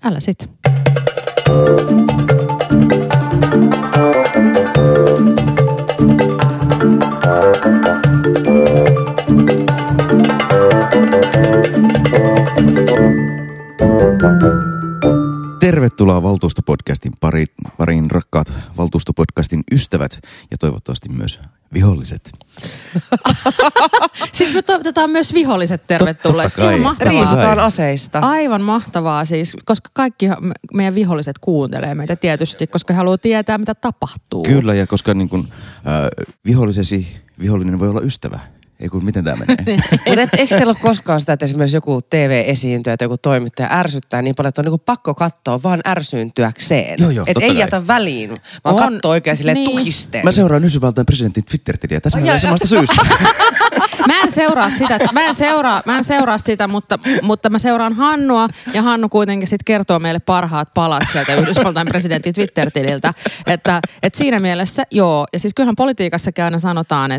älä sit. Tervetuloa Valtuustopodcastin pariin, rakkaat Valtuustopodcastin ystävät ja toivottavasti myös viholliset. Siis me toivotetaan myös viholliset tervetulleeksi. Ihan mahtavaa. Riisutaan aseista. Aivan mahtavaa siis, koska kaikki meidän viholliset kuuntelee meitä tietysti, koska he haluaa tietää, mitä tapahtuu. Kyllä, ja koska niin kun, vihollinen voi olla ystävä. Ei kun, miten tämä menee? Mutta eikö teillä ole koskaan sitä, että esimerkiksi joku TV-esiintyjä tai joku toimittaja ärsyttää niin paljon, että on niinku pakko katsoa vaan ärsyyntyäkseen? Joo, että ei kai. jätä väliin, vaan katsoo oikein silleen tuhisten. Mä seuraan Yhdysvaltain presidentin Twitter-tiliä täsmälleen samasta syystä. Mä en seuraa sitä, mutta mä seuraan Hannua ja Hannu kuitenkin sit kertoo meille parhaat palat sieltä Yhdysvaltain presidentin Twitter-tililtä. Että siinä mielessä joo, ja siis kyllähän politiikassakin aina sanotaan,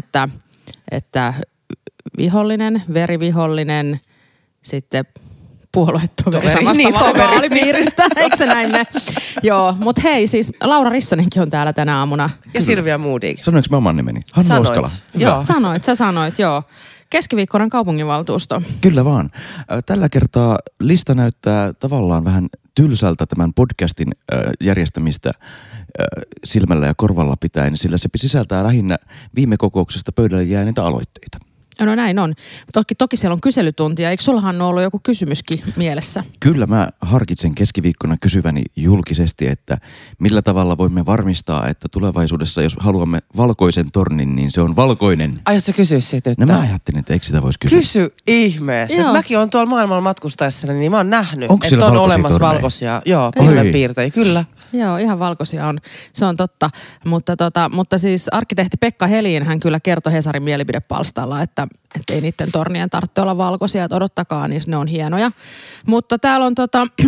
että vihollinen, verivihollinen, sitten puoluetoveri samasta vaalipiiristä. Eikö se näin me? Joo, mutta hei siis Laura Rissanenkin on täällä tänä aamuna. Ja Silvia Modig. Sanoinko mä oman nimeni? Hannu Oskala. Joo. Sä sanoit, joo. Keskiviikkoinen kaupunginvaltuusto. Kyllä vaan. Tällä kertaa lista näyttää tavallaan vähän tylsältä tämän podcastin järjestämistä silmällä ja korvalla pitäen, sillä se sisältää lähinnä viime kokouksesta pöydälle jääneitä aloitteita. No näin on. Toki siellä on kyselytuntia. Eikö sullahan ollut joku kysymyskin mielessä? Kyllä mä harkitsen keskiviikkona kysyväni julkisesti, että millä tavalla voimme varmistaa, että tulevaisuudessa, jos haluamme valkoisen tornin, niin se on valkoinen. Aiotko kysyä siitä nyt? No mä ajattelin, että eikö sitä voisi kysyä. Kysy ihmeessä. Mäkin olen tuolla maailmalla matkustaessa, niin mä oon nähnyt, onko että on olemassa torneja? valkoisia pilvenpiirtejä. Kyllä. Joo, ihan valkoisia on. Se on totta. Mutta siis arkkitehti Pekka Helin hän kyllä kertoi Hesarin mielipidepalstalla, että ei niiden tornien tarvitse olla valkoisia, että odottakaa, niin ne on hienoja. Mutta täällä on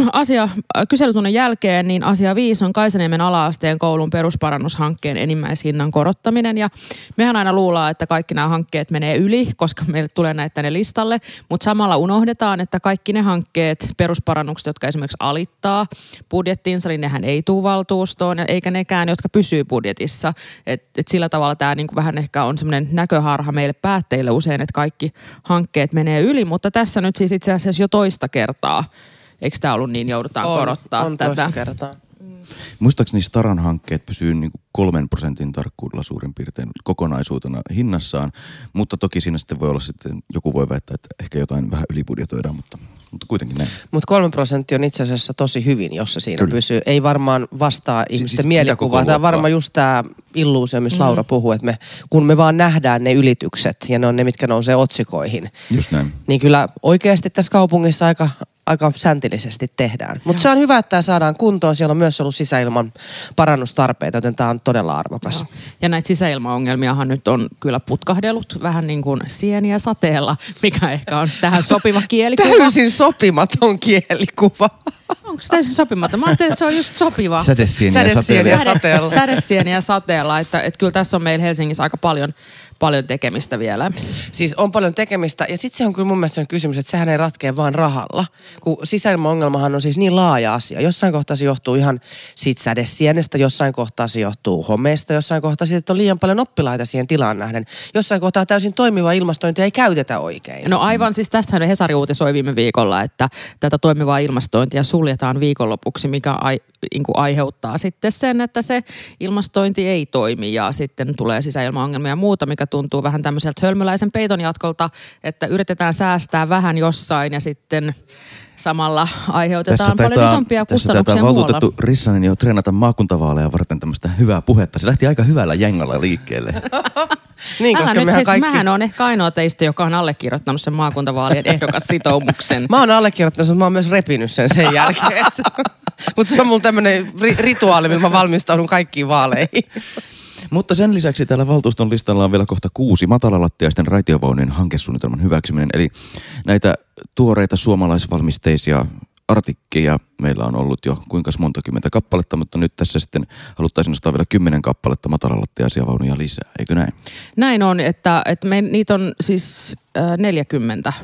kyselytunnin jälkeen, niin asia 5 on Kaisaniemen ala-asteen koulun perusparannushankkeen enimmäishinnan korottaminen. Ja mehän aina luullaan, että kaikki nämä hankkeet menee yli, koska meille tulee näitä tänne listalle. Mutta samalla unohdetaan, että kaikki ne hankkeet, perusparannukset, jotka esimerkiksi alittaa budjettiinsa, niin nehän ei tule valtuustoon, eikä nekään, jotka pysyy budjetissa. Et sillä tavalla tämä niinku vähän ehkä on semmoinen näköharha meille päättäjille usein, että kaikki hankkeet menee yli, mutta tässä nyt siis itse asiassa jo toista kertaa. Eikö tämä ollut niin, joudutaan korottaa on tätä? toista kertaa. Muistaakseni Staran hankkeet pysyy niin kuin 3% tarkkuudella suurin piirtein kokonaisuutena hinnassaan, mutta toki siinä sitten voi olla sitten, joku voi väittää, että ehkä jotain vähän ylibudjetoidaan, mutta kuitenkin näin. Mutta 3% on itse asiassa tosi hyvin, jos se siinä Kyllä. pysyy. Ei varmaan vastaa ihmisten mielikuvaa. Tämä on varmaan just tämä illuusio, missä Laura puhuu, että kun me vaan nähdään ne ylitykset ja ne on ne, mitkä nousee otsikoihin. Just näin. Niin kyllä oikeasti tässä kaupungissa aika säntillisesti tehdään. Mutta se on hyvä, että tämä saadaan kuntoon. Siellä on myös ollut sisäilman parannustarpeita, joten tämä on todella arvokas. Joo. Ja näitä sisäilmaongelmiahan nyt on kyllä putkahdellut vähän niin kuin sieniä sateella, mikä ehkä on tähän sopiva kielikuva. Täysin sopimaton kielikuva. Onko se täysin sopimaton? Mä ajattelin, että se on just sopiva. Sädesieniä sateella. Sädesieniä sateella, että kyllä tässä on meillä Helsingissä aika paljon tekemistä vielä. Siis on paljon tekemistä ja sitten se on kyllä mun mielestä kysymys, että sehän ei ratkea vaan rahalla. Kun sisäilmaongelmahan on siis niin laaja asia. Jossain kohtaa se johtuu ihan siitä sädesienestä, jossain kohtaa se johtuu homeesta, jossain kohtaa siitä, että on liian paljon oppilaita siihen tilaan nähden. Jossain kohtaa täysin toimiva ilmastointi ei käytetä oikein. No aivan, siis tästähän Hesari uutisoi viime viikolla, että tätä toimivaa ilmastointia suljetaan viikonlopuksi, mikä aiheuttaa sitten sen, että se ilmastointi ei toimi ja sitten tulee sisäilmaongelmia ja muuta, mikä tuntuu vähän tämmöiseltä hölmöläisen peiton jatkolta, että yritetään säästää vähän jossain ja sitten samalla aiheutetaan paljon isompia kustannuksia muualla. Tässä taitaa valtuutettu Rissanen jo treenata maakuntavaaleja varten tämmöistä hyvää puhetta. Se lähti aika hyvällä jengalla liikkeelle. Niin, koska mähän on ehkä ainoa teistä, joka on allekirjoittanut sen maakuntavaalien ehdokassitoumuksen. Mä oon allekirjoittanut, mutta mä oon myös repinyt sen jälkeen. Mutta se on mulla tämmönen rituaali, millä mä valmistaudun kaikkiin vaaleihin. Mutta sen lisäksi täällä valtuuston listalla on vielä kohta 6 matalalattiaisten raitiovaunujen hankesuunnitelman hyväksyminen. Eli näitä tuoreita suomalaisvalmisteisia artikkeja meillä on ollut jo kuinka monta kymmentä kappaletta, mutta nyt tässä sitten haluttaisiin nostaa vielä 10 kappaletta matalalattiaisia vaunuja lisää, eikö näin? Näin on, että niitä on siis 40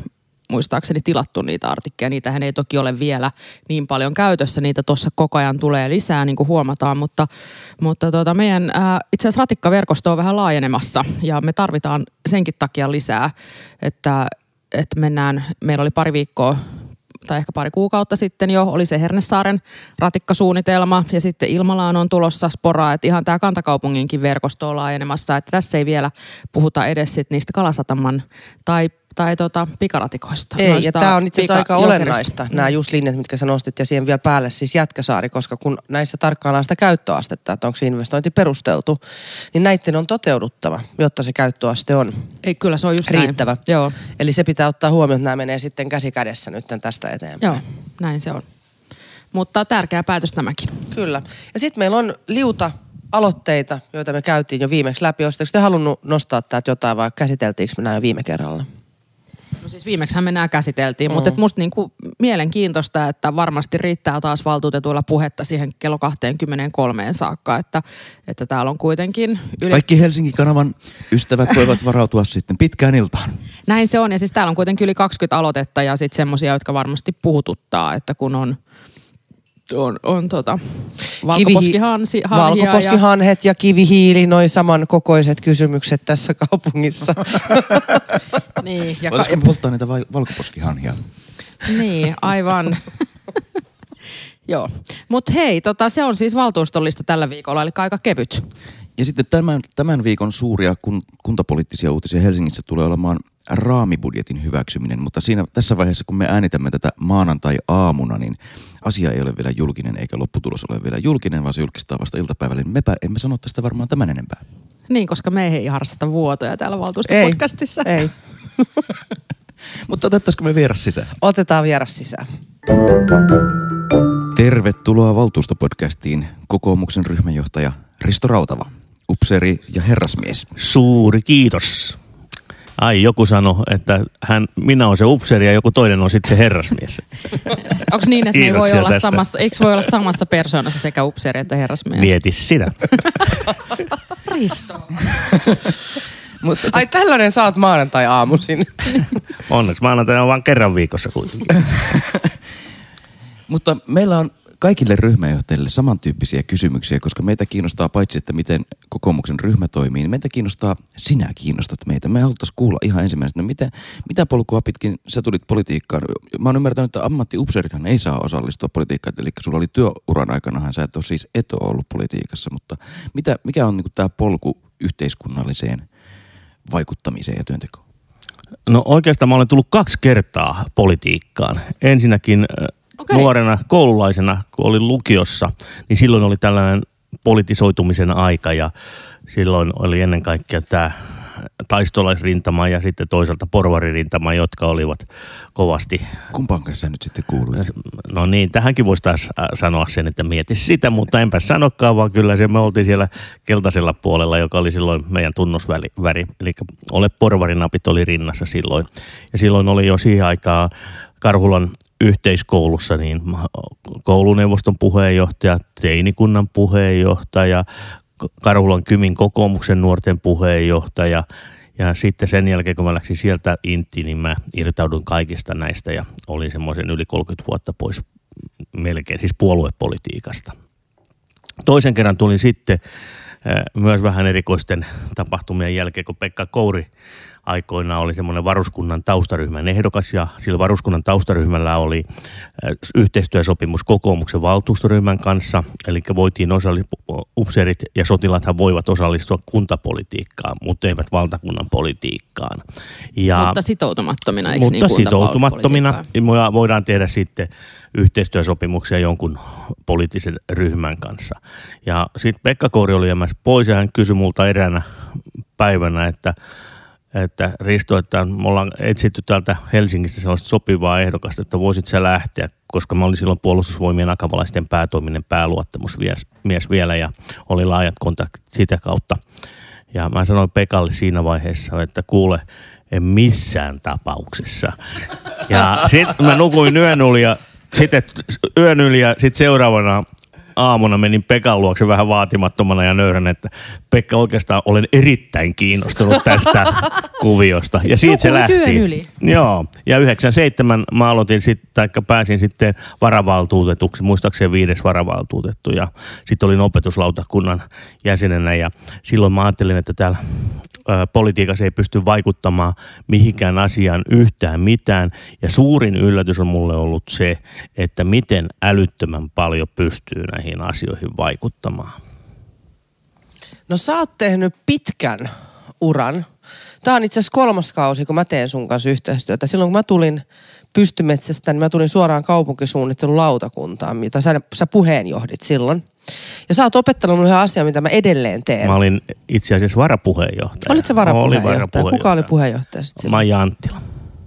muistaakseni tilattu niitä artikkeja. Niitähän ei toki ole vielä niin paljon käytössä, niitä tuossa koko ajan tulee lisää, niin kuin huomataan, mutta meidän itse asiassa ratikkaverkosto on vähän laajenemassa ja me tarvitaan senkin takia lisää, että meillä oli pari viikkoa tai ehkä pari kuukautta sitten jo, oli se Hernesaaren ratikkasuunnitelma ja sitten Ilmalaan on tulossa sporaa, että ihan tämä Kantakaupunginkin verkosto on laajenemassa, että tässä ei vielä puhuta edes sit niistä Kalasataman tai pikaratikoista. Ei, ja tämä on itse asiassa aika olennaista, nämä just linjat, mitkä sä nostit, ja siihen vielä päälle siis Jätkäsaari, koska kun näissä tarkkaillaan sitä käyttöastetta, että onko se investointi perusteltu, niin näiden on toteuduttava, jotta se käyttöaste on ei, kyllä se on just riittävä. Näin. Joo. Eli se pitää ottaa huomioon, että nämä menee sitten käsi kädessä nyt tästä eteenpäin. Joo, näin se on. Mutta tärkeä päätös tämäkin. Kyllä. Ja sitten meillä on liuta aloitteita, joita me käytiin jo viimeksi läpi. Oletteko te halunnut nostaa täältä jotain vai käsiteltiinkö me nämä jo viime kerralla? No siis viimeksihän me nämä käsiteltiin, mutta musta niinku mielenkiintoista, että varmasti riittää taas valtuutetuilla puhetta siihen kello 23 saakka, että täällä on kuitenkin... Kaikki Helsingin kanavan ystävät voivat varautua sitten pitkään iltaan. Näin se on, ja siis täällä on kuitenkin yli 20 aloitetta ja sitten semmoisia, jotka varmasti puhututtaa, että kun on valkoposkihanhet ja kivihiili, noi samankokoiset kysymykset tässä kaupungissa. Niin, ja voitaisiko me polttaa niitä valkoposkihanhia? Niin, aivan. Joo, mutta hei, se on siis valtuustollista tällä viikolla, eli aika kevyt. Ja sitten tämän viikon suuria kuntapoliittisia uutisia Helsingissä tulee olemaan raamibudjetin hyväksyminen, mutta tässä vaiheessa, kun me äänitämme tätä maanantai-aamuna, niin asia ei ole vielä julkinen eikä lopputulos ole vielä julkinen, vaan se julkistaa vasta iltapäivällä. Niin mepä emme sano tästä varmaan tämän enempää. Niin, koska me ei harrasta vuotoja täällä valtuustopodcastissa. Ei. Mutta otettaisiko me vieras sisään? Otetaan vieras sisään. Tervetuloa valtuustopodcastiin kokoomuksen ryhmänjohtaja Risto Rautava, upseeri ja herrasmies. Suuri kiitos. Ai, joku sanoi, että minä olen se upseeri ja joku toinen on sitten se herrasmies. Onko niin, että eikö voi olla samassa persoonassa sekä upseeri että herrasmies? Mieti sitä. Risto. Ai tällainen sä oot maanantai-aamuisin. Onneksi maanantai on vain kerran viikossa kuitenkin. Mutta meillä on kaikille ryhmänjohtajille samantyyppisiä kysymyksiä, koska meitä kiinnostaa paitsi, että miten kokoomuksen ryhmä toimii, niin meitä kiinnostaa, sinä kiinnostat meitä. Me haluttaisiin kuulla ihan ensimmäisenä, mitä polkua pitkin sä tulit politiikkaan. Mä oon ymmärtänyt, että ammattiupseerithan ei saa osallistua politiikkaan, eli sulla oli työuran aikanahan, sä et ole siis ollut politiikassa, mutta mikä on niin tämä polku yhteiskunnalliseen vaikuttamiseen ja työntekoon? No oikeastaan mä olen tullut 2 kertaa politiikkaan. Ensinnäkin nuorena koululaisena, kun olin lukiossa, niin silloin oli tällainen politisoitumisen aika ja silloin oli ennen kaikkea tämä taistolaisrintama ja sitten toisaalta porvaririntama, jotka olivat kovasti... Kumpaan kanssa nyt sitten kuului? No niin, tähänkin voisi taas sanoa sen, että mieti sitä, mutta enpä sanokaan, vaan kyllä me oltiin siellä keltaisella puolella, joka oli silloin meidän tunnusväri. Eli ole porvarinapit oli rinnassa silloin. Ja silloin oli jo siihen aikaan Karhulan yhteiskoulussa niin kouluneuvoston puheenjohtaja, teinikunnan puheenjohtaja, Karhulan Kymin kokoomuksen nuorten puheenjohtaja ja sitten sen jälkeen kun mä läksin sieltä intiin, niin mä irtaudun kaikista näistä ja olin semmoisen yli 30 vuotta pois melkein siis puoluepolitiikasta. Toisen kerran tulin sitten myös vähän erikoisten tapahtumien jälkeen, kun Pekka Kouri aikoinaan oli semmoinen varuskunnan taustaryhmän ehdokas ja sillä varuskunnan taustaryhmällä oli yhteistyösopimus kokoomuksen valtuustoryhmän kanssa, eli voitiin upseerit ja sotilaathan voivat osallistua kuntapolitiikkaan, mutta eivät valtakunnan politiikkaan. Mutta sitoutumattomina, eikö mutta niin sitoutumattomina voidaan tehdä sitten yhteistyösopimuksia jonkun poliittisen ryhmän kanssa. Ja sitten Pekka Kouri oli jäämässä pois ja hän kysyi multa eräänä päivänä, että Risto, että me ollaan etsitty täältä Helsingistä sellaista sopivaa ehdokasta, että voisit sä lähteä, koska mä olin silloin puolustusvoimien akavalaisten päätoiminen pääluottamusmies vielä ja oli laajat kontaktit sitä kautta. Ja mä sanoin Pekalle siinä vaiheessa, että kuule, en missään tapauksessa. Ja sitten mä nukuin yön yli ja sitten seuraavana aamuna menin Pekan luokse vähän vaatimattomana ja nöyränä, että Pekka, oikeastaan olen erittäin kiinnostunut tästä kuviosta. Ja siitä se lähti. Työn yli. Joo, ja 97 mä aloitin pääsin sitten varavaltuutetuksi, muistaakseni 5. varavaltuutettu, ja sitten olin opetuslautakunnan jäsenenä, ja silloin mä ajattelin, että täällä politiikassa ei pysty vaikuttamaan mihinkään asiaan yhtään mitään. Ja suurin yllätys on mulle ollut se, että miten älyttömän paljon pystyy näihin asioihin vaikuttamaan. No sä oot tehnyt pitkän uran. Tää on itse asiassa 3. kausi, kun mä teen sun kanssa yhteistyötä. Silloin kun mä tulin Pystymetsästä, niin mä tulin suoraan kaupunkisuunnittelulautakuntaan, jota sä puheenjohdit silloin. Ja sä oot opettanut mulle yhden asian, mitä mä edelleen teen. Mä olin itse asiassa varapuheenjohtaja. Olit se varapuheenjohtaja? Kuka oli puheenjohtaja sitten silloin? Maija Anttila.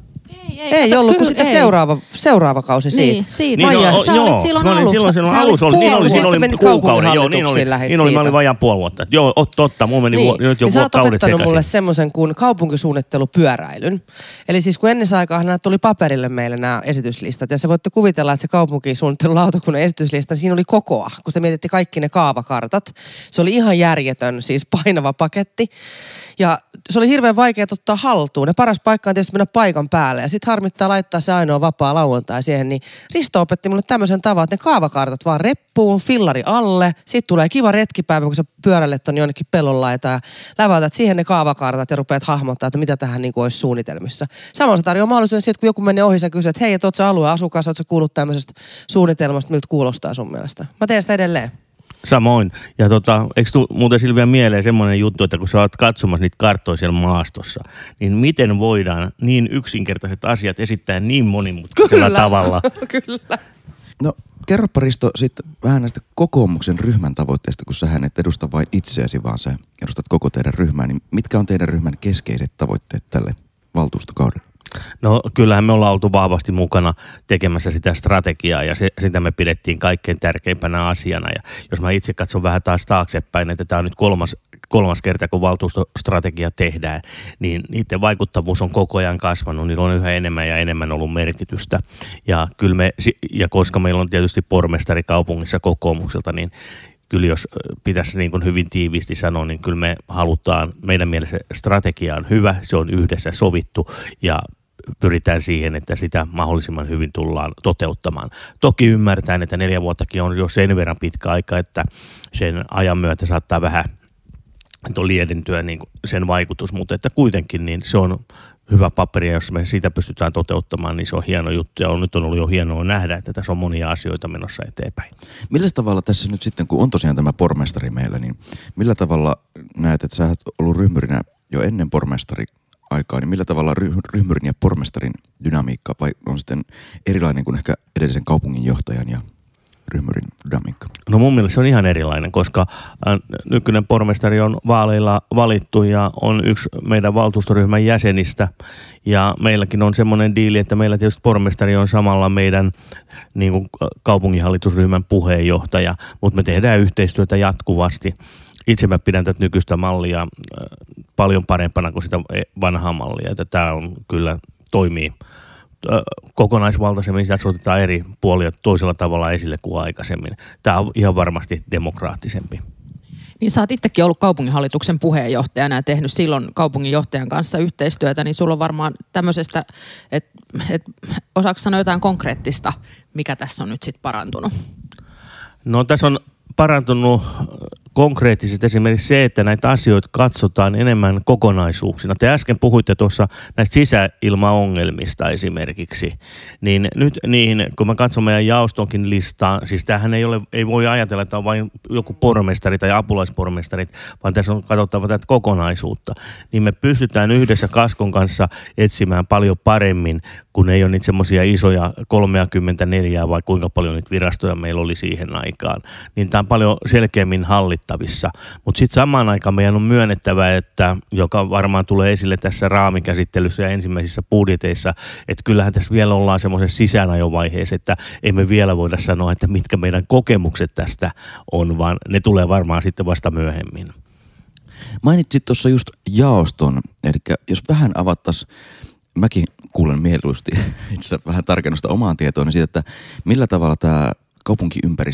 Ei ollut, kun sitten seuraava kausi siitä. Niin, siitä. Maija, sä olit silloin alussa. Silloin alussa. Niin oli kuukauden. Joo, niin oli. Mä olin vajaan puoli vuotta. Joo, totta. Mulla meni nyt jo kaudet sekaisin. Sä oot opettanut mulle semmoisen kuin kaupunkisuunnittelupyöräilyn. Eli siis kun ennen aikaa nämä tuli paperille meille nämä esityslistat. Ja se voitte kuvitella, että se kaupunkisuunnittelulautakunnan esityslista, siinä oli kokoa. Kun se mietitti kaikki ne kaavakartat. Se oli ihan järjetön, siis painava paketti. Ja se oli hirveän vaikea ottaa haltuun. Ja paras paikka on tietysti mennä paikan päälle. Ja sitten harmittaa laittaa se ainoa vapaa lauantai siihen. Niin Risto opetti mulle tämmöisen tavan, että ne kaavakartat vaan reppuun, fillari alle. Sitten tulee kiva retkipäivä, kun sä pyöräilet ton jonnekin pellon laitaan. Ja läväytät siihen ne kaavakartat ja rupeat hahmottaa, että mitä tähän niin kuin olisi suunnitelmissa. Samalla se tarjoaa mahdollisuuden siitä, kun joku menee ohi, sä kysyt, että hei, et oot sä alueen asukas, oot sä kuullut tämmöisestä suunnitelmasta, miltä kuulostaa sun mielestä? Mä teen sitä edelleen. Samoin. Ja eikö muuten Silvia mieleen semmoinen juttu, että kun sä oot katsomassa niitä karttoja siellä maastossa, niin miten voidaan niin yksinkertaiset asiat esittää niin monimutkaisella tavalla? Kyllä. No kerropa Risto sitten vähän näistä kokoomuksen ryhmän tavoitteista, kun sähän et edusta vain itseäsi, vaan sä edustat koko teidän ryhmää. Niin mitkä on teidän ryhmän keskeiset tavoitteet tälle valtuustokaudelle? No kyllähän me ollaan oltu vahvasti mukana tekemässä sitä strategiaa ja sitä me pidettiin kaikkein tärkeimpänä asiana. Ja jos mä itse katson vähän taas taaksepäin, että tämä on nyt kolmas kerta, kun valtuustostrategia tehdään, niin niiden vaikuttavuus on koko ajan kasvanut. Niillä on yhä enemmän ja enemmän ollut merkitystä. Ja koska meillä on tietysti pormestari kaupungissa kokoomukselta, niin kyllä jos pitäisi niin kuin hyvin tiiviisti sanoa, niin kyllä me halutaan, meidän mielestä strategia on hyvä, se on yhdessä sovittu ja pyritään siihen, että sitä mahdollisimman hyvin tullaan toteuttamaan. Toki ymmärtäen, että 4 vuottakin on jo sen verran pitkä aika, että sen ajan myötä saattaa vähän liedentyä niin kuin sen vaikutus, mutta että kuitenkin niin se on hyvä paperi, ja jos me siitä pystytään toteuttamaan, niin se on hieno juttu, ja nyt on ollut jo hienoa nähdä, että tässä on monia asioita menossa eteenpäin. Millä tavalla tässä nyt sitten, kun on tosiaan tämä pormestari meillä, niin millä tavalla näet, että sä oot ollut ryhmyrinä jo ennen pormestari-aikaa, niin millä tavalla ryhmyrin ja pormestarin dynamiikka, vai on sitten erilainen kuin ehkä edellisen kaupunginjohtajan ja ryhmyrin dynamiikka? No mun mielestä se on ihan erilainen, koska nykyinen pormestari on vaaleilla valittu ja on yksi meidän valtuustoryhmän jäsenistä. Ja meilläkin on semmoinen diili, että meillä tietysti pormestari on samalla meidän niin kuin kaupunginhallitusryhmän puheenjohtaja, mutta me tehdään yhteistyötä jatkuvasti. Itse mä pidän tätä nykyistä mallia paljon parempana kuin sitä vanhaa mallia, että tämä on kyllä toimii kokonaisvaltaisemmin, tässä otetaan eri puolia toisella tavalla esille kuin aikaisemmin. Tämä on ihan varmasti demokraattisempi. Niin sä oot itsekin ollut kaupunginhallituksen puheenjohtajana ja tehnyt silloin kaupunginjohtajan kanssa yhteistyötä, niin sulla on varmaan tämmöisestä, että osaatko sanoa jotain konkreettista, mikä tässä on nyt sitten parantunut? No tässä on parantunut konkreettisesti esimerkiksi se, että näitä asioita katsotaan enemmän kokonaisuuksina. Te äsken puhuitte tuossa näistä sisäilmaongelmista esimerkiksi, niin nyt niihin, kun mä katson meidän jaostonkin listaa, siis tämähän ei voi ajatella, että on vain joku pormestari tai apulaispormestarit, vaan tässä on katsottava tätä kokonaisuutta. Niin me pystytään yhdessä Kaskon kanssa etsimään paljon paremmin, kun ei ole niitä semmoisia isoja 34 vai kuinka paljon niitä virastoja meillä oli siihen aikaan. Niin tämä on paljon selkeämmin hallittavissa. Mutta sitten samaan aikaan meidän on myönnettävä, että joka varmaan tulee esille tässä raamikäsittelyssä ja ensimmäisissä budjeteissa, että kyllähän tässä vielä ollaan semmoisessa sisäänajovaiheessa, että emme vielä voida sanoa, että mitkä meidän kokemukset tästä on, vaan ne tulee varmaan sitten vasta myöhemmin. Mainitsit tuossa just jaoston, eli jos vähän avattaisiin, mäkin kuulen mieluusti itse vähän tarkennusta omaan tietoon siitä, että millä tavalla tämä kaupunkiympäristön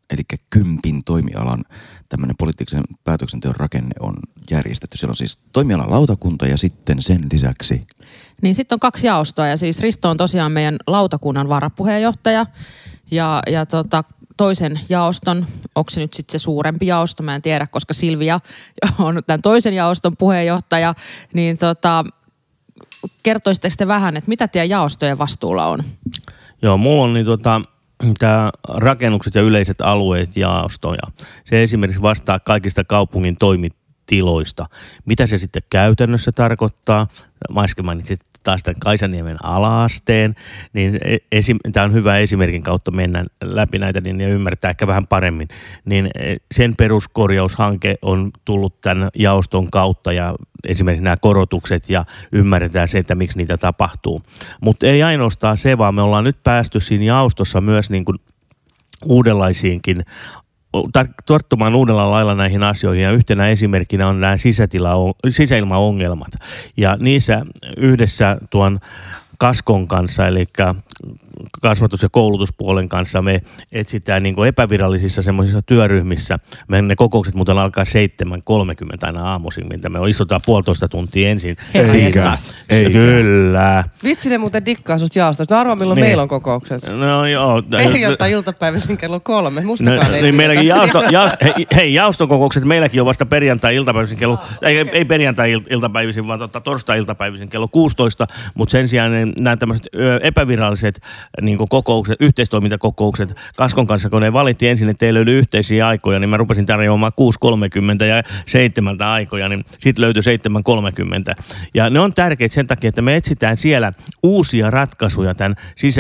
eli Kympin toimialan tämmöinen poliittisen päätöksenteon rakenne on järjestetty. Siellä on siis toimialan lautakunta ja sitten sen lisäksi... Niin sitten on 2 jaostoa ja siis Risto on tosiaan meidän lautakunnan varapuheenjohtaja ja toisen jaoston, onko se nyt sitten se suurempi jaosto, mä en tiedä, koska Silvia on tämän toisen jaoston puheenjohtaja, niin kertoisitteko te vähän, että mitä teidän jaostojen vastuulla on? Joo, mulla on niin tämä rakennukset ja yleiset alueet jaostoja. Se esimerkiksi vastaa kaikista kaupungin toimitiloista. Mitä se sitten käytännössä tarkoittaa? Mä äsken mainitsin taas tämän Kaisaniemen ala-asteen, niin tämä on hyvä esimerkin kautta mennä läpi näitä niin ja ymmärtää ehkä vähän paremmin. Niin sen peruskorjaushanke on tullut tämän jaoston kautta ja esimerkiksi nämä korotukset ja ymmärretään se, että miksi niitä tapahtuu. Mutta ei ainoastaan se, vaan me ollaan nyt päästy siinä jaostossa myös niin kuin uudenlaisiinkin tarttumaan uudella lailla näihin asioihin ja yhtenä esimerkkinä on nämä sisäilmaongelmat ja niissä yhdessä tuon Kaskon kanssa, eli kasvatus- ja koulutuspuolen kanssa me etsitään niin kuin epävirallisissa semmoisissa työryhmissä. Ne kokoukset muuten alkaa 7.30 aina aamuisin, mitä me istutaan 1,5 tuntia ensin. Eikä. Kyllä. Vitsi, ne muuten dikkaa susta jaostosta. No arvaa, milloin meillä on kokoukset. No joo. Perjantai-iltapäivisin kello 3. Mustakaan ei niin meilläkin jaoston kokoukset meilläkin on vasta perjantai-iltapäivisin kello, ei perjantai-iltapäivisin, vaan torstai-iltapäivisin kello 16, mutta sen sijaan nämä tämmöiset epäviralliset niin kuin kokoukset, yhteistoimintakokoukset Kaskon kanssa, kun ne valittiin ensin, että ei löydy yhteisiä aikoja, niin mä rupesin tarjoamaan 6.30 ja 7 aikoja, niin sitten löytyi 7.30. Ja ne on tärkeitä sen takia, että me etsitään siellä uusia ratkaisuja tämän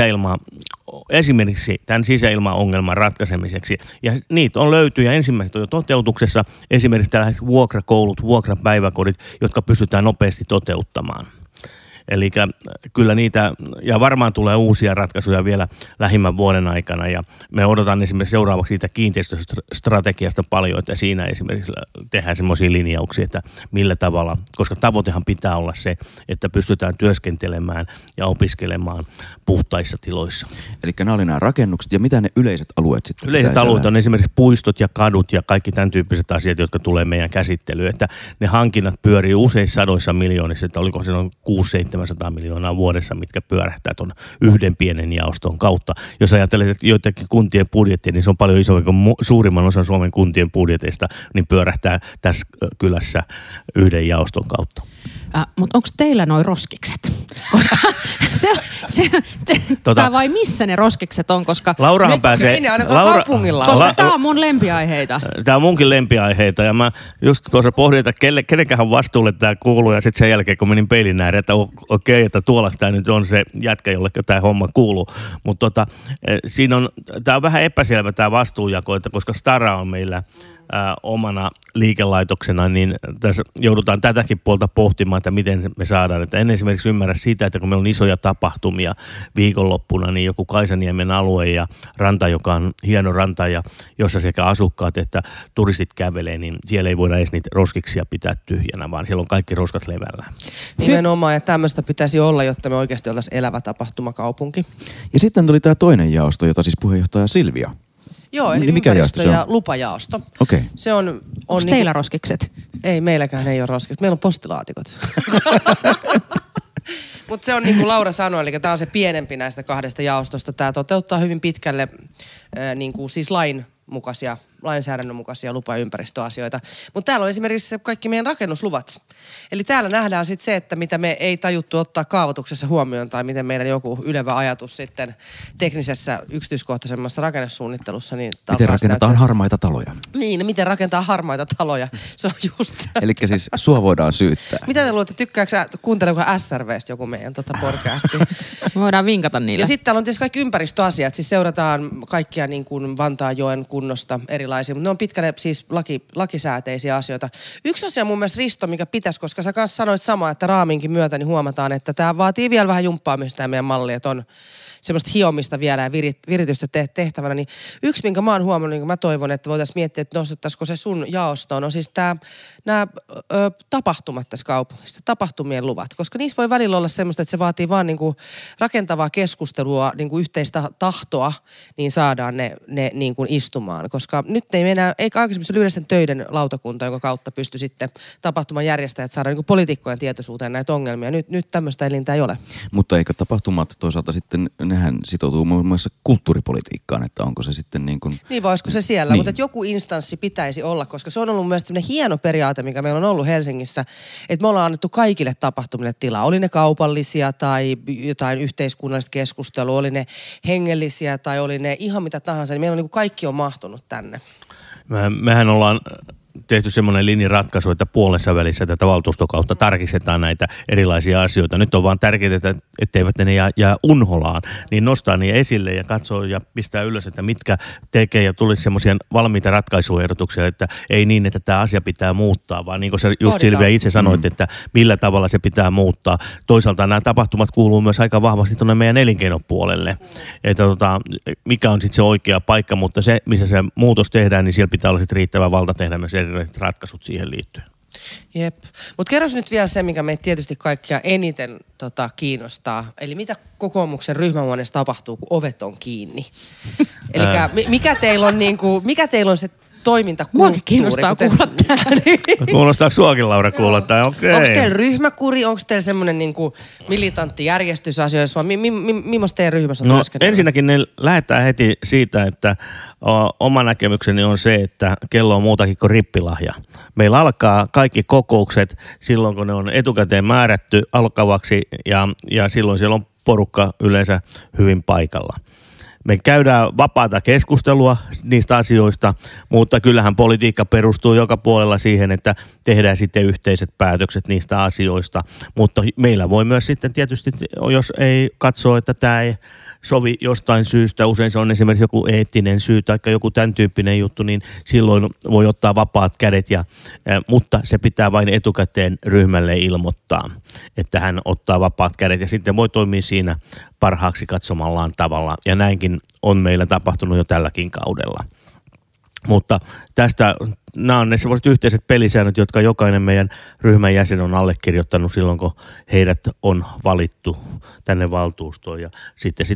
esimerkiksi tämän sisäilmaongelman ratkaisemiseksi. Ja niitä on löytyy ja ensimmäiset on jo toteutuksessa, esimerkiksi tällaiset vuokrakoulut, vuokrapäiväkodit, jotka pystytään nopeasti toteuttamaan. Eli kyllä niitä, ja varmaan tulee uusia ratkaisuja vielä lähimmän vuoden aikana, ja me odotan esimerkiksi seuraavaksi siitä kiinteistöstrategiasta paljon, että siinä esimerkiksi tehdään semmoisia linjauksia, että millä tavalla, koska tavoitehan pitää olla se, että pystytään työskentelemään ja opiskelemaan puhtaissa tiloissa. Eli nämä oli nämä rakennukset, ja mitä ne yleiset alueet sitten? Yleiset alueet on esimerkiksi puistot ja kadut ja kaikki tämän tyyppiset asiat, jotka tulee meidän käsittelyyn, että ne hankinnat pyörii useissa sadoissa miljoonissa, että oliko se noin 600-700 miljoonaa vuodessa, mitkä pyörähtää tuon yhden pienen jaoston kautta. Jos ajattelet joitakin kuntien budjettia, niin se on paljon isompi kuin suurimman osan Suomen kuntien budjeteista, niin pyörähtää tässä kylässä yhden jaoston kautta. Mutta onko teillä noi roskikset? Koska vai missä ne roskikset on? Koska Laurahan pääsee... Koska tämä on mun lempiaiheita. Tämä on munkin lempiaiheita ja mä just tuossa pohdin, että kenenkähän vastuulle tämä kuuluu ja sitten sen jälkeen kun menin peilin ääreen, että okei, että tuollaksi tämä nyt on se jätkä, jolle tämä homma kuuluu. Mutta siinä on, tämä on vähän epäselvä tämä vastuunjako, että koska Stara on meillä omana liikelaitoksena, niin tässä joudutaan tätäkin puolta pohtimaan, että miten me saadaan. Että en esimerkiksi ymmärrä sitä, että kun meillä on isoja tapahtumia viikonloppuna, niin joku Kaisaniemen alue ja ranta, joka on hieno ranta ja jossa sekä asukkaat että turistit kävelee, niin siellä ei voida edes niitä roskiksia pitää tyhjänä, vaan siellä on kaikki roskat levällään. Nimenomaan, ja tämmöistä pitäisi olla, jotta me oikeasti oltaisiin elävä tapahtumakaupunki. Ja sitten tuli tämä toinen jaosto, jota siis puheenjohtaja Silvia. Joo, eli mikä ympäristö- ja lupajaosto. Okei. Se on onko teillä roskikset? Ei, meilläkään ei ole roskikset. Meillä on postilaatikot. Mutta se on niin kuin Laura sanoi, eli tämä on se pienempi näistä 2 jaostosta. Tämä toteuttaa hyvin pitkälle niin kuin siis lainsäädännön mukaisia lupa- ja ympäristöasioita. Mutta täällä on esimerkiksi kaikki meidän rakennusluvat. Eli täällä nähdään sitten se, että mitä me ei tajuttu ottaa kaavoituksessa huomioon tai miten meidän joku ylevä ajatus sitten teknisessä yksityiskohtaisemmassa rakennesuunnittelussa. Niin miten rakennetaan harmaita taloja. Niin, miten rakentaa harmaita taloja. Se on just. Eli siis sua voidaan syyttää. Mitä te luulette, kuunteleeko SRVstä joku meidän podcasti? Voidaan vinkata niille. Ja sitten täällä on tietysti kaikki ympäristöasiat. Siis seurataan kaikkia niin kuin Vantaanjoen kunnosta erilaisia. Mutta ne on pitkälle siis lakisääteisiä asioita. Yksi asia mun mielestä Risto, mikä pitäisi, koska sä kanssa sanoit samaa, että raaminkin myötä niin huomataan, että tämä vaatii vielä vähän jumppaamista ja meidän malli, että on semmoista hiomista vielä ja viritystä tehtävänä, niin yksi, minkä mä oon huomannut, niin mä toivon, että voitaisiin miettiä, että nostettaisiko se sun jaostoon, on siis nämä tapahtumat tässä kaupungissa, tapahtumien luvat, koska niissä voi välillä olla semmoista, että se vaatii vaan niin kuin rakentavaa keskustelua, niin kuin yhteistä tahtoa, niin saadaan ne niin kuin istumaan, koska nyt ei mennä, eikä aikaisemmin se yleisten töiden lautakunta, jonka kautta pystyi sitten tapahtuman järjestäjät saada niin kuin poliitikkojen tietoisuuteen näitä ongelmia. Nyt tämmöistä elintä ei ole. Mutta eikö tapahtumat toisaalta sitten, nehän sitoutuu muun muassa kulttuuripolitiikkaan, että onko se sitten niin kuin... Niin, voisiko se siellä, niin. Mutta että joku instanssi pitäisi olla, koska se on ollut mielestäni hieno periaate, mikä meillä on ollut Helsingissä, että me ollaan annettu kaikille tapahtumille tilaa. Oli ne kaupallisia tai jotain yhteiskunnallista keskustelua, oli ne hengellisiä tai oli ne ihan mitä tahansa, niin meillä on niin kuin kaikki on mahtunut tänne. Mehän ollaan tehty semmoinen linjaratkaisu, että puolessa välissä tätä valtuustokautta tarkistetaan näitä erilaisia asioita. Nyt on vaan tärkeää, että etteivät ne jää unholaan, niin nostaa niitä esille ja katsoo ja pistää ylös, että mitkä tekee ja tulisi semmoisia valmiita ratkaisuehdotuksia, että ei niin, että tämä asia pitää muuttaa, vaan niin kuin sä just Silvia itse sanoit, että millä tavalla se pitää muuttaa. Toisaalta nämä tapahtumat kuuluu myös aika vahvasti tuonne meidän elinkeinopuolelle, että mikä on sitten se oikea paikka, mutta se, missä se muutos tehdään, niin siellä pitää olla sitten riittävä valta tehdä myös erilaiset ratkaisut siihen liittyen. Jep. Mutta kerros nyt vielä se, mikä meitä tietysti kaikkia eniten kiinnostaa. Eli mitä kokoomuksen ryhmähuoneessa tapahtuu, kun ovet on kiinni? Eli mikä teillä on se toimintakulttuuri? Muakin kiinnostaa kuulla tämä. Kuulostaako suakin, Laura, kuulla tämä? Okay. Onko teillä ryhmäkuri, onko teillä semmoinen niinku militantti järjestysasioissa, vai millaista teidän ryhmässä on työskennellä? Ensinnäkin ne lähdetään heti siitä, että oma näkemykseni on se, että kello on muutakin kuin rippilahja. Meillä alkaa kaikki kokoukset silloin, kun ne on etukäteen määrätty alkavaksi ja silloin siellä on porukka yleensä hyvin paikalla. Me käydään vapaata keskustelua niistä asioista, mutta kyllähän politiikka perustuu joka puolella siihen, että tehdään sitten yhteiset päätökset niistä asioista. Mutta meillä voi myös sitten tietysti, jos ei katso, että tämä ei sovi jostain syystä, usein se on esimerkiksi joku eettinen syy tai joku tämän tyyppinen juttu, niin silloin voi ottaa vapaat kädet, mutta se pitää vain etukäteen ryhmälle ilmoittaa, että hän ottaa vapaat kädet ja sitten voi toimia siinä parhaaksi katsomallaan tavalla. Ja näinkin on meillä tapahtunut jo tälläkin kaudella. Mutta nämä on ne sellaiset yhteiset pelisäännöt, jotka jokainen meidän ryhmän jäsen on allekirjoittanut silloin, kun heidät on valittu tänne valtuustoon. Ja sitten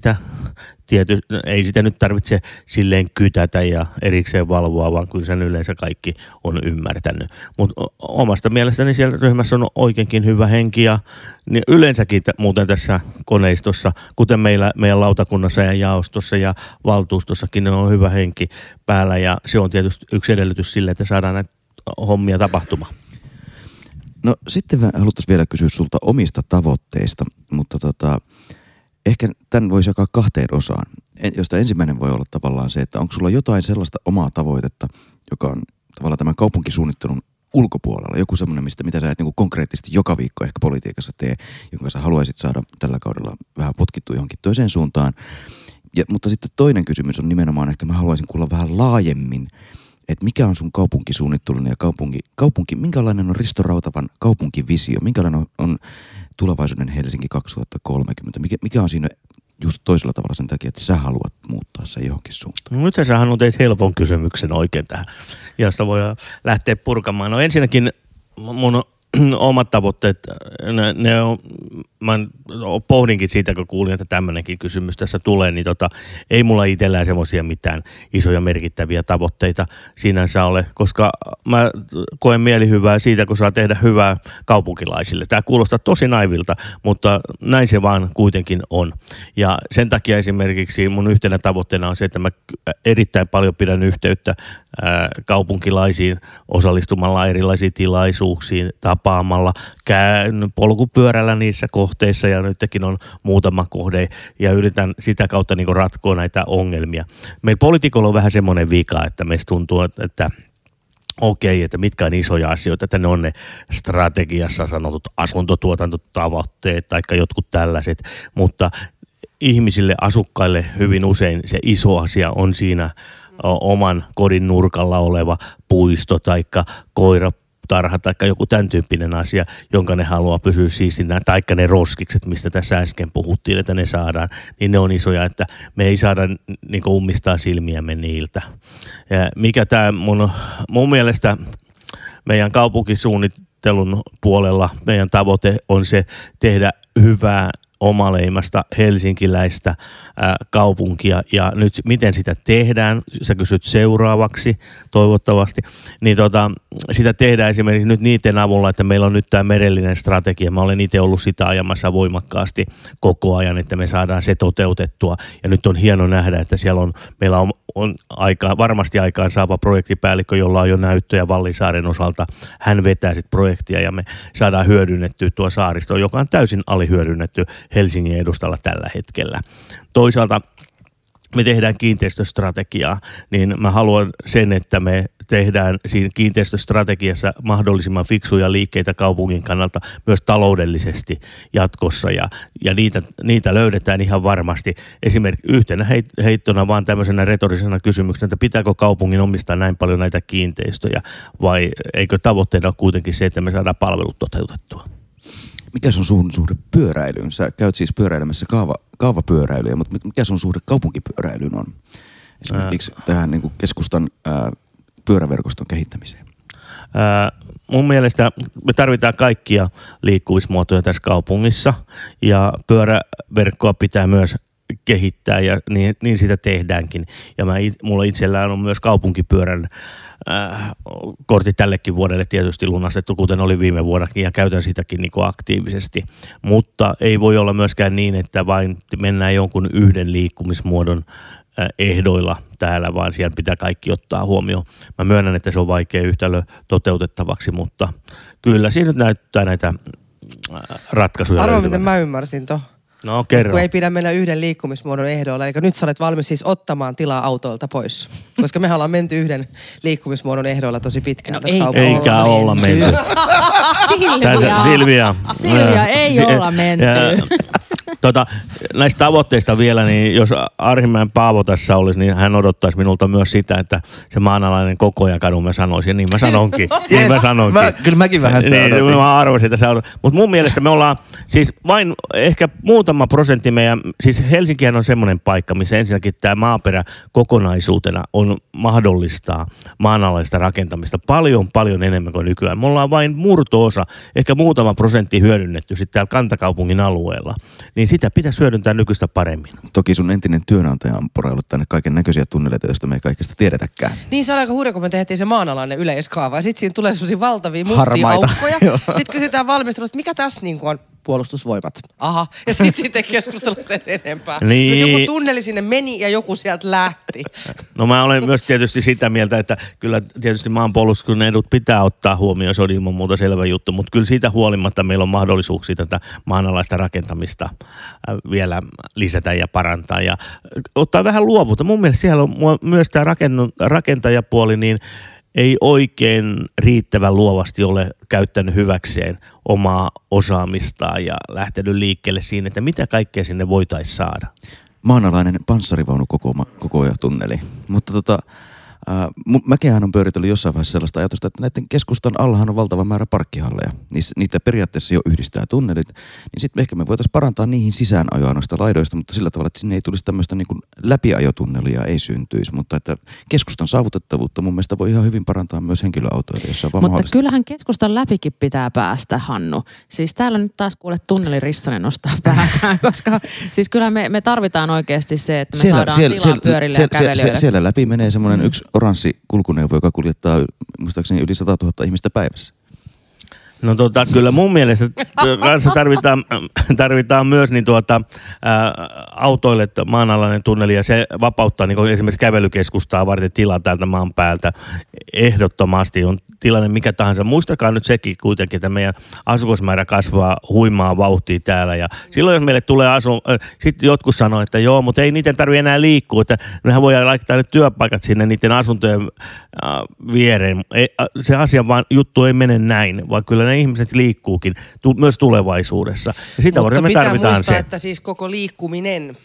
ei sitä nyt tarvitse silleen kytätä ja erikseen valvoa, vaan kyllä sen yleensä kaikki on ymmärtänyt. Mutta omasta mielestäni siellä ryhmässä on oikeinkin hyvä henki ja niin yleensäkin muuten tässä koneistossa, kuten meidän lautakunnassa ja jaostossa ja valtuustossakin on hyvä henki päällä ja se on tietysti yksi edellytys sille, että saadaan näitä hommia tapahtumaan. No sitten haluttaisiin vielä kysyä sulta omista tavoitteista, mutta ehkä tämän voisi jakaa kahteen osaan, josta ensimmäinen voi olla tavallaan se, että onko sulla jotain sellaista omaa tavoitetta, joka on tavallaan tämän kaupunkisuunnittelun ulkopuolella, joku semmoinen, mitä sä et niin konkreettisesti joka viikko ehkä politiikassa tee, jonka sä haluaisit saada tällä kaudella vähän potkittua johonkin toiseen suuntaan. Mutta sitten toinen kysymys on nimenomaan, ehkä mä haluaisin kuulla vähän laajemmin, että mikä on sun kaupunkisuunnittelun ja minkälainen on Risto Rautavan kaupunkivisio, minkälainen on tulevaisuuden Helsinki 2030, mikä on siinä just toisella tavalla sen takia, että sä haluat muuttaa sen johonkin suuntaan? No, nyt sähän on teit helpon kysymyksen oikein tähän, josta voi lähteä purkamaan. No ensinnäkin mun omat tavoitteet, mä pohdinkin siitä, kun kuulin, että tämmöinenkin kysymys tässä tulee, niin ei mulla itsellään semmoisia mitään isoja merkittäviä tavoitteita sinänsä ole, koska mä koen mielihyvää siitä, kun saa tehdä hyvää kaupunkilaisille. Tämä kuulostaa tosi naivilta, mutta näin se vaan kuitenkin on. Ja sen takia esimerkiksi mun yhtenä tavoitteena on se, että mä erittäin paljon pidän yhteyttä kaupunkilaisiin osallistumalla erilaisiin tilaisuuksiin, tapaamalla, käyn polkupyörällä niissä kohteissa ja nytkin on muutama kohde ja yritän sitä kautta niin ratkoa näitä ongelmia. Meillä poliitikolla on vähän semmoinen vika, että meistä tuntuu, että okei, että mitkä on isoja asioita, että ne on ne strategiassa sanotut asuntotuotantotavoitteet tai jotkut tällaiset, mutta ihmisille, asukkaille hyvin usein se iso asia on siinä oman kodin nurkalla oleva puisto tai puutarha tai joku tämän tyyppinen asia, jonka ne haluaa pysyä siistinä, taikka ne roskikset, mistä tässä äsken puhuttiin, että ne saadaan, niin ne on isoja, että me ei saada niin kuin ummistaa silmiämme niiltä. Ja mikä tämä mun mielestä meidän kaupunkisuunnittelun puolella meidän tavoite on se tehdä hyvää omaleimasta helsinkiläistä kaupunkia, ja nyt miten sitä tehdään, sä kysyt seuraavaksi toivottavasti, niin sitä tehdään esimerkiksi nyt niiden avulla, että meillä on nyt tämä merellinen strategia. Mä olen itse ollut sitä ajamassa voimakkaasti koko ajan, että me saadaan se toteutettua, ja nyt on hieno nähdä, että siellä meillä on varmasti aikaan saava projektipäällikkö, jolla on jo näyttöjä Vallisaaren osalta. Hän vetää sitten projektia ja me saadaan hyödynnettyä tuo saaristo, joka on täysin alihyödynnetty Helsingin edustalla tällä hetkellä. Toisaalta me tehdään kiinteistöstrategiaa, niin mä haluan sen, että me tehdään siinä kiinteistöstrategiassa mahdollisimman fiksuja liikkeitä kaupungin kannalta myös taloudellisesti jatkossa, ja niitä löydetään ihan varmasti. Esimerkiksi yhtenä heittona vaan tämmöisenä retorisena kysymyksenä, että pitääkö kaupungin omistaa näin paljon näitä kiinteistöjä, vai eikö tavoitteena ole kuitenkin se, että me saadaan palvelut toteutettua? Mikä sun suhde pyöräilyyn? Sä käyt siis pyöräilemässä kaavapyöräilyä, mutta mikä sun suhde kaupunkipyöräilyyn on? Esimerkiksi tähän niin kuin keskustan pyöräverkoston kehittämiseen. Mun mielestä me tarvitaan kaikkia liikkumismuotoja tässä kaupungissa, ja pyöräverkkoa pitää myös kehittää, ja niin sitä tehdäänkin. Ja mulla itsellään on myös kaupunkipyörän kortti tällekin vuodelle tietysti lunastettu, kuten oli viime vuonnakin, ja käytän sitäkin niin kuin aktiivisesti. Mutta ei voi olla myöskään niin, että vain mennään jonkun yhden liikkumismuodon ehdoilla täällä, vaan siellä pitää kaikki ottaa huomioon. Mä myönnän, että se on vaikea yhtälö toteutettavaksi, mutta kyllä siinä nyt näyttää näitä ratkaisuja. Arvo, miten mä ymmärsin to. No kerro. Kun ei pidä mennä yhden liikkumismuodon ehdoilla, eikä nyt sä olet valmis siis ottamaan tilaa autoilta pois. Koska mehän ollaan menty yhden liikkumismuodon ehdoilla tosi pitkään tässä kaupungissa. Eikä olla menty. Silvia, ei olla menty. Näistä tavoitteista vielä, niin jos Arhimäen Paavo tässä olisi, niin hän odottaisi minulta myös sitä, että se maanalainen koko ajan kadun mä sanoisin, ja niin mä sanonkin. Kyllä mäkin vähän sitä odotin. Mä arvoisin, että sä odotin. Mutta mun mielestä me ollaan siis vain ehkä muutama prosentti meidän, siis Helsinkihän on semmoinen paikka, missä ensinnäkin tämä maaperä kokonaisuutena on mahdollistaa maanalaista rakentamista paljon enemmän kuin nykyään. Me ollaan vain murto-osa, ehkä muutama prosentti hyödynnetty sitten täällä kantakaupungin alueella. Niin sitä pitäisi hyödyntää nykyistä paremmin. Toki sun entinen työnantaja on poraillut tänne kaiken näköisiä tunneleita, joista me ei kaikista tiedetäkään. Niin se on aika hurja, kun me tehtiin se maanalainen yleiskaava. Ja sitten siinä tulee semmosia valtavia mustia aukkoja. Sitten kysytään valmistelusta, mikä tässä niin on puolustusvoimat. Aha. Ja sitten keskustella sen enempää. Niin. Joku tunneli sinne meni ja joku sieltä lähti. No mä olen myös tietysti sitä mieltä, että kyllä tietysti maanpuolustuksen edut pitää ottaa huomioon. Se on ilman muuta selvä juttu. Mutta kyllä siitä huolimatta meillä on mahdollisuuksia tätä maanalaista rakentamista vielä lisätä ja parantaa. Ja ottaa vähän luovuutta. Mun mielestä siellä on myös tämä rakentajapuoli, niin ei oikein riittävän luovasti ole käyttänyt hyväkseen omaa osaamistaan ja lähtenyt liikkeelle siinä, että mitä kaikkea sinne voitaisiin saada. Maanalainen panssarivaunu koko ajan tunneli. Mutta mäkehän on pyöritellyt jossain vaiheessa sellaista ajatusta, että näiden keskustan allahan on valtava määrä parkkihalleja. Niitä periaatteessa jo yhdistää tunnelit. Niin sitten ehkä me voitaisiin parantaa niihin sisäänajoa noista laidoista, mutta sillä tavalla, että sinne ei tulisi tämmöistä niin kuin läpiajotunnelia, ei syntyisi. Mutta että keskustan saavutettavuutta mun mielestä voi ihan hyvin parantaa myös henkilöautoilla, jos on vaan mutta mahdollista. kyllähän keskustan läpikin pitää päästä, Hannu. Siis täällä nyt taas kuule tunneli Rissanen nostaa päätään, koska siis kyllä me tarvitaan oikeasti se, että me saadaan tilaa pyörille ja kävelijöille. Siellä läpi menee semmoinen yksi oranssi kulkuneuvo, joka kuljettaa muistaakseni yli 100 000 ihmistä päivässä. No kyllä mun mielestä kanssa tarvitaan myös niin autoille maanalainen tunneli, ja se vapauttaa niin esimerkiksi kävelykeskustaa varten tilaa täältä maan päältä. Ehdottomasti on tilanne mikä tahansa. Muistakaa nyt sekin kuitenkin, että meidän asukasmäärä kasvaa huimaa vauhtia täällä, ja silloin jos meille tulee sitten jotkut sanoo, että joo, mutta ei niiden tarvitse enää liikkua, että mehän voidaan laittaa ne työpaikat sinne niiden asuntojen viereen. Se asia vaan juttu ei mene näin, vaan kyllä ne ihmiset liikkuukin myös tulevaisuudessa. Ja sitä mutta me tarvitaan pitää muistaa, se. että siis koko liikkuminen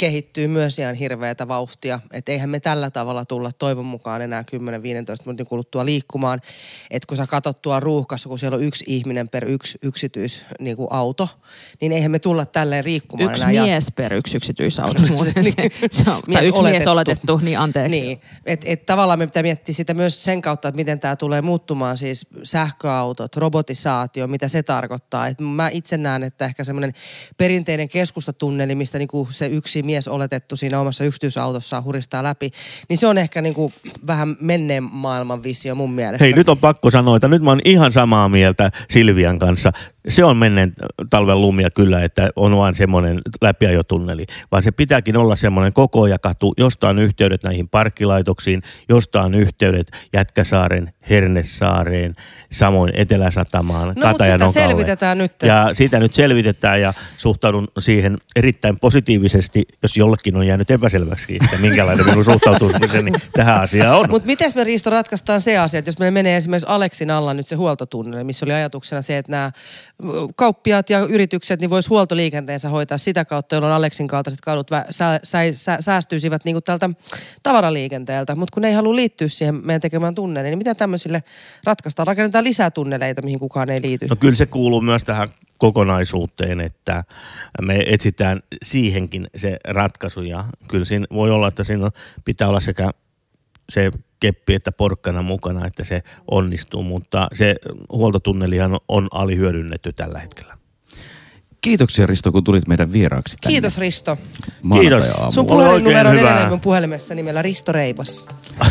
kehittyy myös ihan hirveätä vauhtia. Että eihän me tällä tavalla tulla toivon mukaan enää 10-15 minuutin kuluttua liikkumaan. Että kun sä katsot tuolla ruuhkassa, kun siellä on yksi ihminen per niin kuin auto, niin eihän me tulla tälleen liikkumaan yksi enää. Mies per yksi yksityisauto. se on, tai yksi mies oletettu, niin anteeksi. Niin, että tavallaan me pitää miettiä sitä myös sen kautta, että miten tämä tulee muuttumaan, siis sähköautot, robotisaatio, mitä se tarkoittaa. Et mä itse näen, että ehkä semmoinen perinteinen keskustatunneli, mistä niinku se yksi mies oletettu siinä omassa yksityisautossaan huristaa läpi, niin se on ehkä niinku vähän menneen maailman visio mun mielestä. Hei, nyt on pakko sanoa, että nyt mä oon ihan samaa mieltä Silvian kanssa. Se on menneen talven lumia kyllä, että on vain semmoinen läpiajotunneli, vaan se pitääkin olla semmoinen koko ajan katu, josta on yhteydet näihin parkkilaitoksiin, josta on yhteydet Jätkäsaaren, Hernesaareen, samoin Etelä-Satamaan, Katajanokalle. No mutta sitä selvitetään nyt. Ja sitä nyt selvitetään ja suhtaudun siihen erittäin positiivisesti, jos jollekin on jäänyt epäselväksi, että minkälainen minun suhtautumiseni tähän asiaan on. Mutta miten me Risto ratkaistaan se asia, että jos meillä menee esimerkiksi Aleksin alla nyt se huoltotunneli, missä oli ajatuksena se, että nämä kauppiaat ja yritykset niin vois huoltoliikenteensä hoitaa sitä kautta, jolloin Aleksin kaltaiset kadut säästyisivät niin kuin tältä tavaraliikenteeltä. Mutta kun ne ei halua liittyä siihen meidän tekemään tunneliin, niin mitä tämmöisille ratkaistaan? Rakennetaan lisää tunneleita, mihin kukaan ei liity. No kyllä se kuuluu myös tähän kokonaisuuteen, että me etsitään siihenkin se ratkaisu ja kyllä siinä voi olla, että siinä pitää olla sekä se keppi että porkkana mukana, että se onnistuu, mutta se huoltotunnelihan on alihyödynnetty tällä hetkellä. Kiitoksia Risto, kun tulit meidän vieraaksi tänne. Kiitos Risto. Kiitos. Sun puhelinnumero on edelleen mun puhelimessa nimellä Risto Reipas.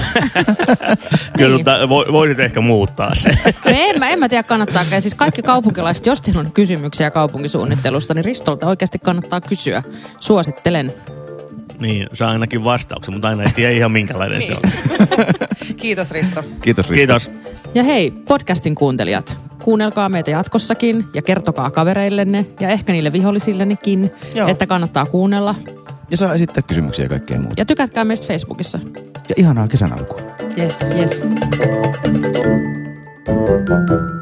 Kyllä, mutta voisit ehkä muuttaa se. En mä tiedä kannattaako. Ja siis kaikki kaupunkilaiset, jos teillä on kysymyksiä kaupunkisuunnittelusta, niin Ristolta oikeasti kannattaa kysyä. Suosittelen. Niin, saa ainakin vastauksen, mutta aina ei tiedä ihan minkälainen se on. Kiitos Risto. Kiitos Risto. Kiitos. Ja hei, podcastin kuuntelijat, kuunnelkaa meitä jatkossakin ja kertokaa kavereillenne ja ehkä niille vihollisillenikin, että kannattaa kuunnella. Ja saa esittää kysymyksiä ja kaikkea muuta. Ja tykätkää meistä Facebookissa. Ja ihanaa kesän alkua. Yes. Yes.